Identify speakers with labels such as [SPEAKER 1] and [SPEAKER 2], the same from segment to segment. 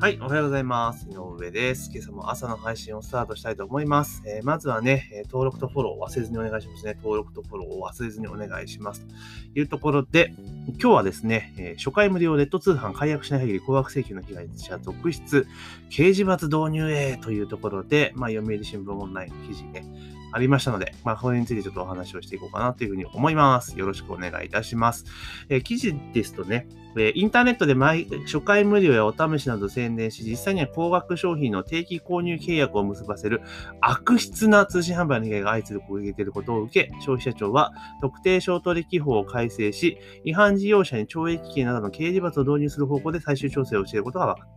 [SPEAKER 1] はい、おはようございます。井上です。今朝も朝の配信をスタートしたいと思います。まずはね、登録とフォローを忘れずにお願いしますね。登録とフォローを忘れずにお願いします。というところで、今日はですね、初回無料ネット通販解約しない限り高額請求の被害者続出、刑事罰導入へというところで、読売新聞オンラインの記事ね、ありましたので、これについてちょっとお話をしていこうかなというふうに思います。よろしくお願いいたします。記事ですとね、インターネットで初回無料やお試しなど宣伝し、実際には高額商品の定期購入契約を結ばせる悪質な通信販売の被害が相次いでいることを受け、消費者庁は特定商取引法を改正し、違反事業者に懲役刑などの刑事罰を導入する方向で最終調整をしていることが分かった。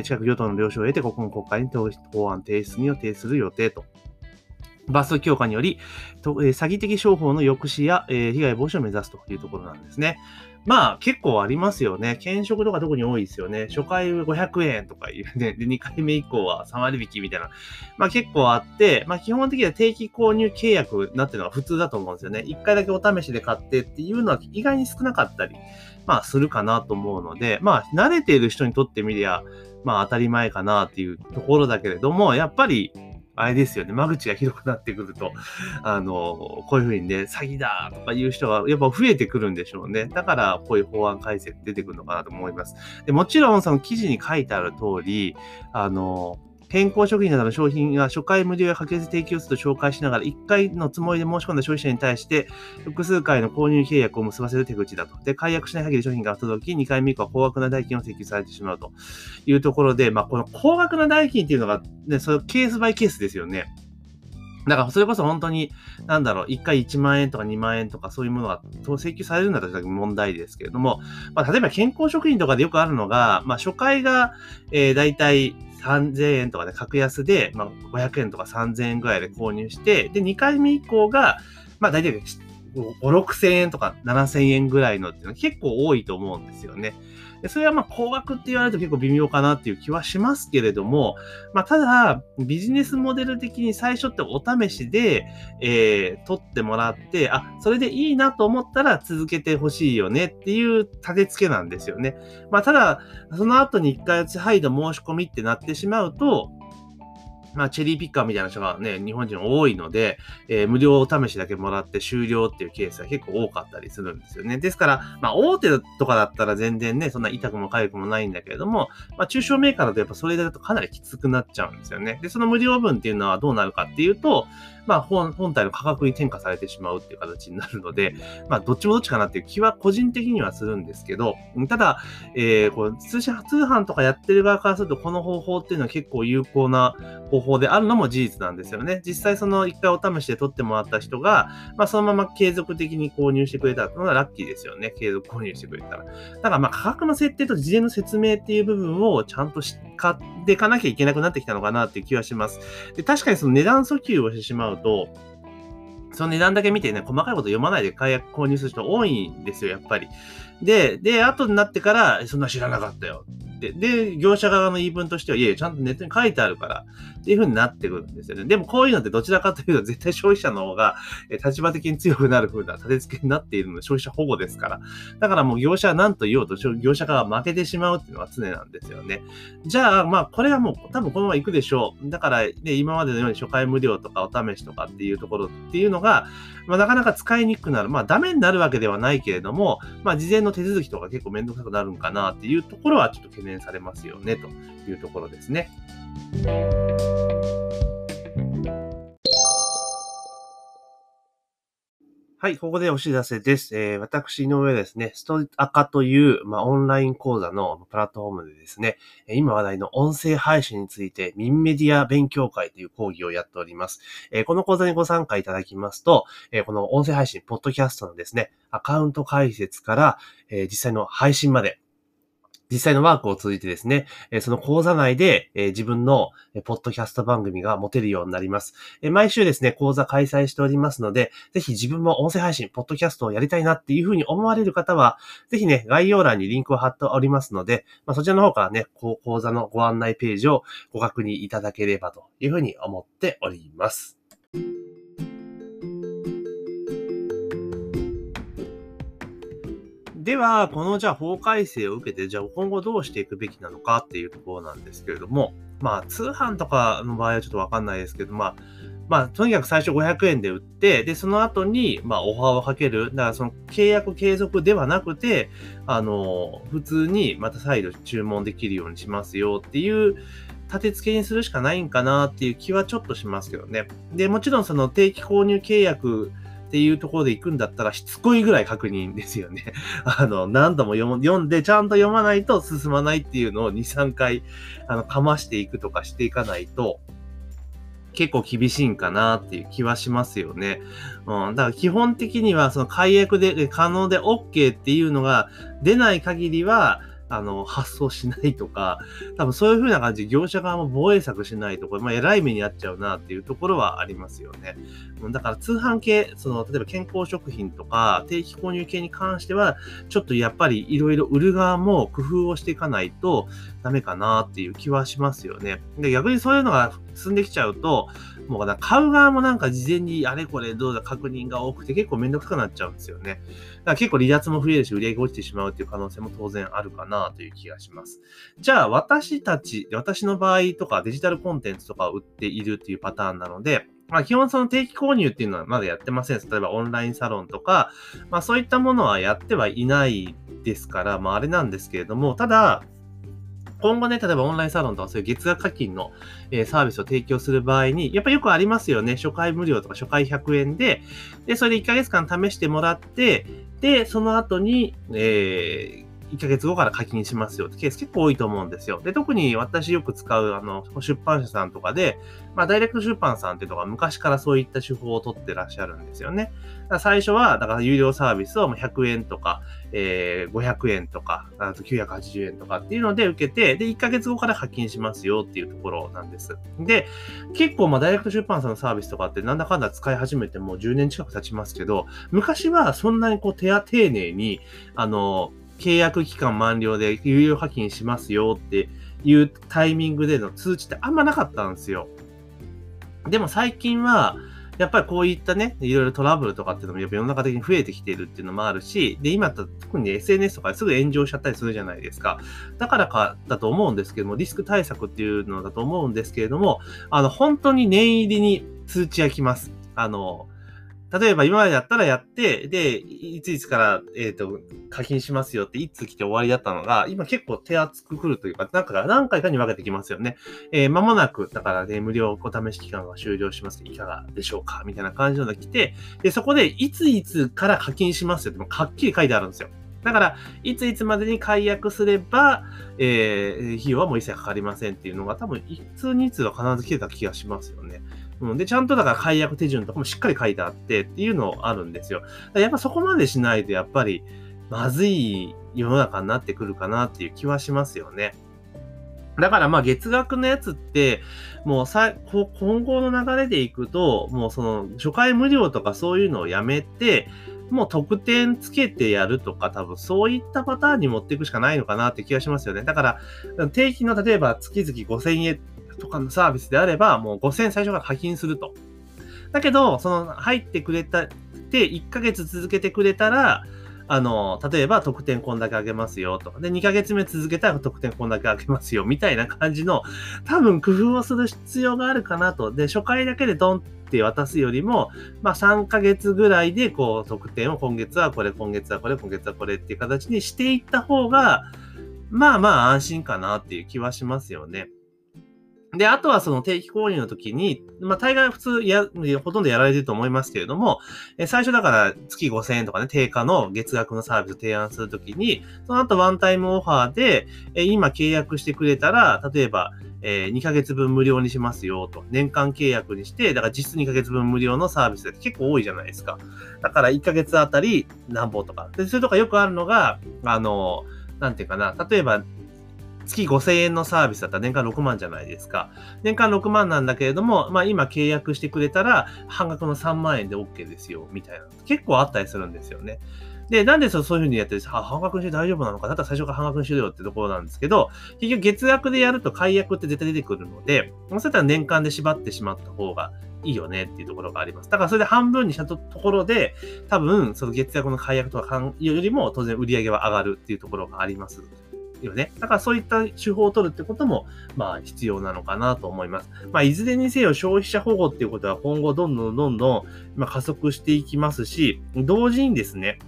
[SPEAKER 1] 近く与党の了承を得て、国会に法案提出に予定する予定と。罰則強化により、詐欺的商法の抑止や、被害防止を目指すというところなんですね。結構ありますよね。検食とか特に多いですよね。初回500円とかいうね。で、2回目以降は3割引きみたいな。結構あって、基本的には定期購入契約なっていうのが普通だと思うんですよね。1回だけお試しで買ってっていうのは意外に少なかったり、するかなと思うので、慣れている人にとってみりゃ、当たり前かなっていうところだけれども、やっぱり、あれですよね。間口が広くなってくると、こういうふうにね、詐欺だとかいう人がやっぱ増えてくるんでしょうね。だから、こういう法案改正出てくるのかなと思います。で、もちろん、その記事に書いてある通り、健康食品などの商品が初回無料や格安提供すると紹介しながら、1回のつもりで申し込んだ消費者に対して、複数回の購入契約を結ばせる手口だと。で、解約しない限り商品が届き、2回目以降は高額な代金を請求されてしまうというところで、この高額な代金っていうのが、ね、それケースバイケースですよね。だから、それこそ本当に、1回1万円とか2万円とかそういうものが請求されるんだったら問題ですけれども、例えば健康食品とかでよくあるのが、初回が、だいたい3000円とかで格安で、500円とか3000円ぐらいで購入して、で、2回目以降が、だいたい5、6000円とか7000円ぐらいのっていうのは結構多いと思うんですよね。でそれは高額って言われると結構微妙かなっていう気はしますけれども、ただ、ビジネスモデル的に最初ってお試しで、取ってもらって、それでいいなと思ったら続けてほしいよねっていう立て付けなんですよね。ただ、その後に一回再度申し込みってなってしまうと、チェリーピッカーみたいな人がね、日本人多いので、無料お試しだけもらって終了っていうケースが結構多かったりするんですよね。ですから、大手とかだったら全然ね、そんな痛くも痒くもないんだけれども、中小メーカーだとやっぱそれだとかなりきつくなっちゃうんですよね。で、その無料分っていうのはどうなるかっていうと、本体の価格に転嫁されてしまうっていう形になるので、どっちもどっちかなっていう気は個人的にはするんですけど、ただ、こう通販とかやってる側からすると、この方法っていうのは結構有効な方法であるのも事実なんですよね。実際その一回お試しで取ってもらった人が、そのまま継続的に購入してくれたのはラッキーですよね。継続購入してくれたら。だから価格の設定と事前の説明っていう部分をちゃんと買っていかなきゃいけなくなってきたのかなっていう気はします。で、確かにその値段訴求をしてしまうと、その値段だけ見てね、細かいこと読まないで購入する人多いんですよ、やっぱり。で、後になってから、そんな知らなかったよ。で、業者側の言い分としては、いやいや、ちゃんとネットに書いてあるから、っていう風になってくるんですよね。でもこういうのってどちらかというと、絶対消費者の方が、立場的に強くなる風な立て付けになっているので、消費者保護ですから。だからもう業者は何と言おうと、業者側が負けてしまうっていうのは常なんですよね。じゃあ、これはもう多分このまま行くでしょう。だから、ね、今までのように初回無料とかお試しとかっていうところっていうのが、なかなか使いにくくなる。ダメになるわけではないけれども、事前の手続きとか結構めんどくさくなるんかなっていうところはちょっと懸念されますよね、というところですね。はい、ここでお知らせです。私の上ですね、ストアカという、オンライン講座のプラットフォームでですね、今話題の音声配信について、ミンメディア勉強会という講義をやっております。この講座にご参加いただきますと、この音声配信、ポッドキャストのですね、アカウント開設から、実際の配信まで、実際のワークを通じてですね、その講座内で、自分のポッドキャスト番組が持てるようになります。毎週ですね、講座開催しておりますので、ぜひ自分も音声配信、ポッドキャストをやりたいなっていうふうに思われる方は、ぜひね、概要欄にリンクを貼っておりますので、そちらの方からね、講座のご案内ページをご確認いただければというふうに思っております。 では、このじゃあ法改正を受けて、じゃあ今後どうしていくべきなのかっていうところなんですけれども、通販とかの場合はちょっとわかんないですけど、とにかく最初500円で売って、で、その後に、オファーをかける。だからその契約継続ではなくて、普通にまた再度注文できるようにしますよっていう立て付けにするしかないんかなっていう気はちょっとしますけどね。で、もちろんその定期購入契約っていうところで行くんだったらしつこいぐらい確認ですよね。何度も読んでちゃんと読まないと進まないっていうのを2、3回、かましていくとかしていかないと、結構厳しいんかなっていう気はしますよね。だから基本的にはその解約で可能で OK っていうのが出ない限りは、発送しないとか、多分そういう風な感じで業者側も防衛策しないと、これ、偉い目に遭っちゃうなっていうところはありますよね。だから通販系、例えば健康食品とか定期購入系に関しては、ちょっとやっぱりいろいろ売る側も工夫をしていかないとダメかなっていう気はしますよね。で、逆にそういうのが進んできちゃうと、もう買う側も事前にあれこれどうだ確認が多くて結構めんどくさくなっちゃうんですよね。だから結構離脱も増えるし売り上げが落ちてしまうっていう可能性も当然あるかなという気がします。じゃあ私の場合とかデジタルコンテンツとかを売っているっていうパターンなので、基本その定期購入っていうのはまだやってません。例えばオンラインサロンとか、そういったものはやってはいないですから、あれなんですけれども、ただ、今後ね、例えばオンラインサロンとかそういう月額課金のサービスを提供する場合に、やっぱりよくありますよね。初回無料とか初回100円で、それで1ヶ月間試してもらって、で、その後に、1ヶ月後から課金しますよってケース結構多いと思うんですよ。で、特に私よく使う、出版社さんとかで、ダイレクト出版さんっていうのが昔からそういった手法を取ってらっしゃるんですよね。最初は、だから有料サービスを100円とか、500円とか、あと980円とかっていうので受けて、で、1ヶ月後から課金しますよっていうところなんです。で、結構ダイレクト出版さんのサービスとかってなんだかんだ使い始めてもう10年近く経ちますけど、昔はそんなに丁寧に、契約期間満了で有料課金しますよっていうタイミングでの通知ってあんまなかったんですよ。でも最近は、やっぱりこういったね、いろいろトラブルとかっていうのもやっぱ世の中的に増えてきているっていうのもあるし、で、今特に SNS とかですぐ炎上しちゃったりするじゃないですか。だからかだと思うんですけども、リスク対策っていうのだと思うんですけれども、本当に念入りに通知が来ます。例えば今までだったらやって、で、いついつから、課金しますよっていつ来て終わりだったのが、今結構手厚く来るというか、何回かに分けてきますよね。間もなく、だからね、無料お試し期間が終了しますけど、いかがでしょうかみたいな感じのが来て、で、そこで、いついつから課金しますよって、はっきり書いてあるんですよ。だから、いついつまでに解約すれば、費用はもう一切かかりませんっていうのが多分、一通二通は必ず来てた気がしますよね。で、ちゃんとだから解約手順とかもしっかり書いてあってっていうのあるんですよ。やっぱそこまでしないとやっぱりまずい世の中になってくるかなっていう気はしますよね。だから月額のやつって、もう今後の流れでいくと、もうその初回無料とかそういうのをやめて、もう特典つけてやるとか、多分そういったパターンに持っていくしかないのかなって気がしますよね。だから、定期の例えば月々5000円とかのサービスであれば、もう5000円最初から課金すると。だけど、入ってくれた、で、1ヶ月続けてくれたら、例えば特典こんだけあげますよと。で、2ヶ月目続けたら特典こんだけあげますよ。みたいな感じの、多分工夫をする必要があるかなと。で、初回だけでドンって渡すよりも、3ヶ月ぐらいで、特典を今月はこれ、今月はこれ、今月はこれっていう形にしていった方が、安心かなっていう気はしますよね。で、あとはその定期購入の時に、大概普通ほとんどやられてると思いますけれども、最初だから月5000円とかね、定価の月額のサービスを提案するときに、その後ワンタイムオファーで、今契約してくれたら、例えば、2ヶ月分無料にしますよと。年間契約にして、だから実質2ヶ月分無料のサービスって結構多いじゃないですか。だから1ヶ月あたり何本とか。で、それとかよくあるのが、なんていうかな、例えば、月5000円のサービスだったら年間6万じゃないですか。年間6万なんだけれども、今契約してくれたら半額の3万円で OK ですよ、みたいな。結構あったりするんですよね。 で、なんでそういう風にやって半額にして大丈夫なのか、だったら最初から半額にしろよってところなんですけど、結局月額でやると解約って絶対出てくるので、そういったら年間で縛ってしまった方がいいよねっていうところがあります。だからそれで半分にしたところで、多分、その月額の解約とかよりも当然売り上げは上がるっていうところがありますよね。だからそういった手法を取るってことも、必要なのかなと思います。いずれにせよ消費者保護っていうことは今後どんどん加速していきますし、同時にですね、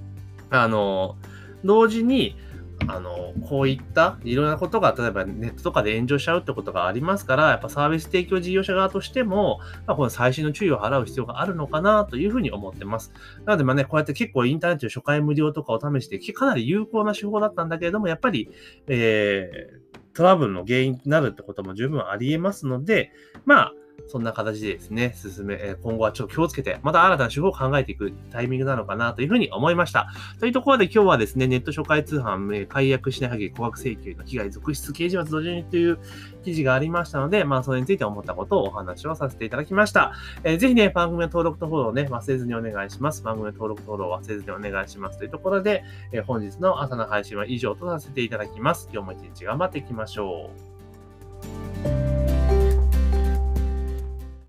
[SPEAKER 1] 同時に、こういったいろんなことが、例えばネットとかで炎上しちゃうってことがありますから、やっぱサービス提供事業者側としても、この最新の注意を払う必要があるのかなというふうに思ってます。なのでこうやって結構インターネットで初回無料とかを試して、かなり有効な手法だったんだけれども、やっぱり、トラブルの原因になるってことも十分あり得ますので、そんな形でですね、今後はちょっと気をつけて、また新たな手法を考えていくタイミングなのかなというふうに思いました。というところで今日はですね、ネット初回通販、解約しない限り高額請求の被害続出、刑事罰同時にという記事がありましたので、それについて思ったことをお話をさせていただきました。ぜひね、番組の登録とフォローをね、忘れずにお願いします。番組の登録とフォローを忘れずにお願いします。というところで、本日の朝の配信は以上とさせていただきます。今日も一日頑張っていきましょう。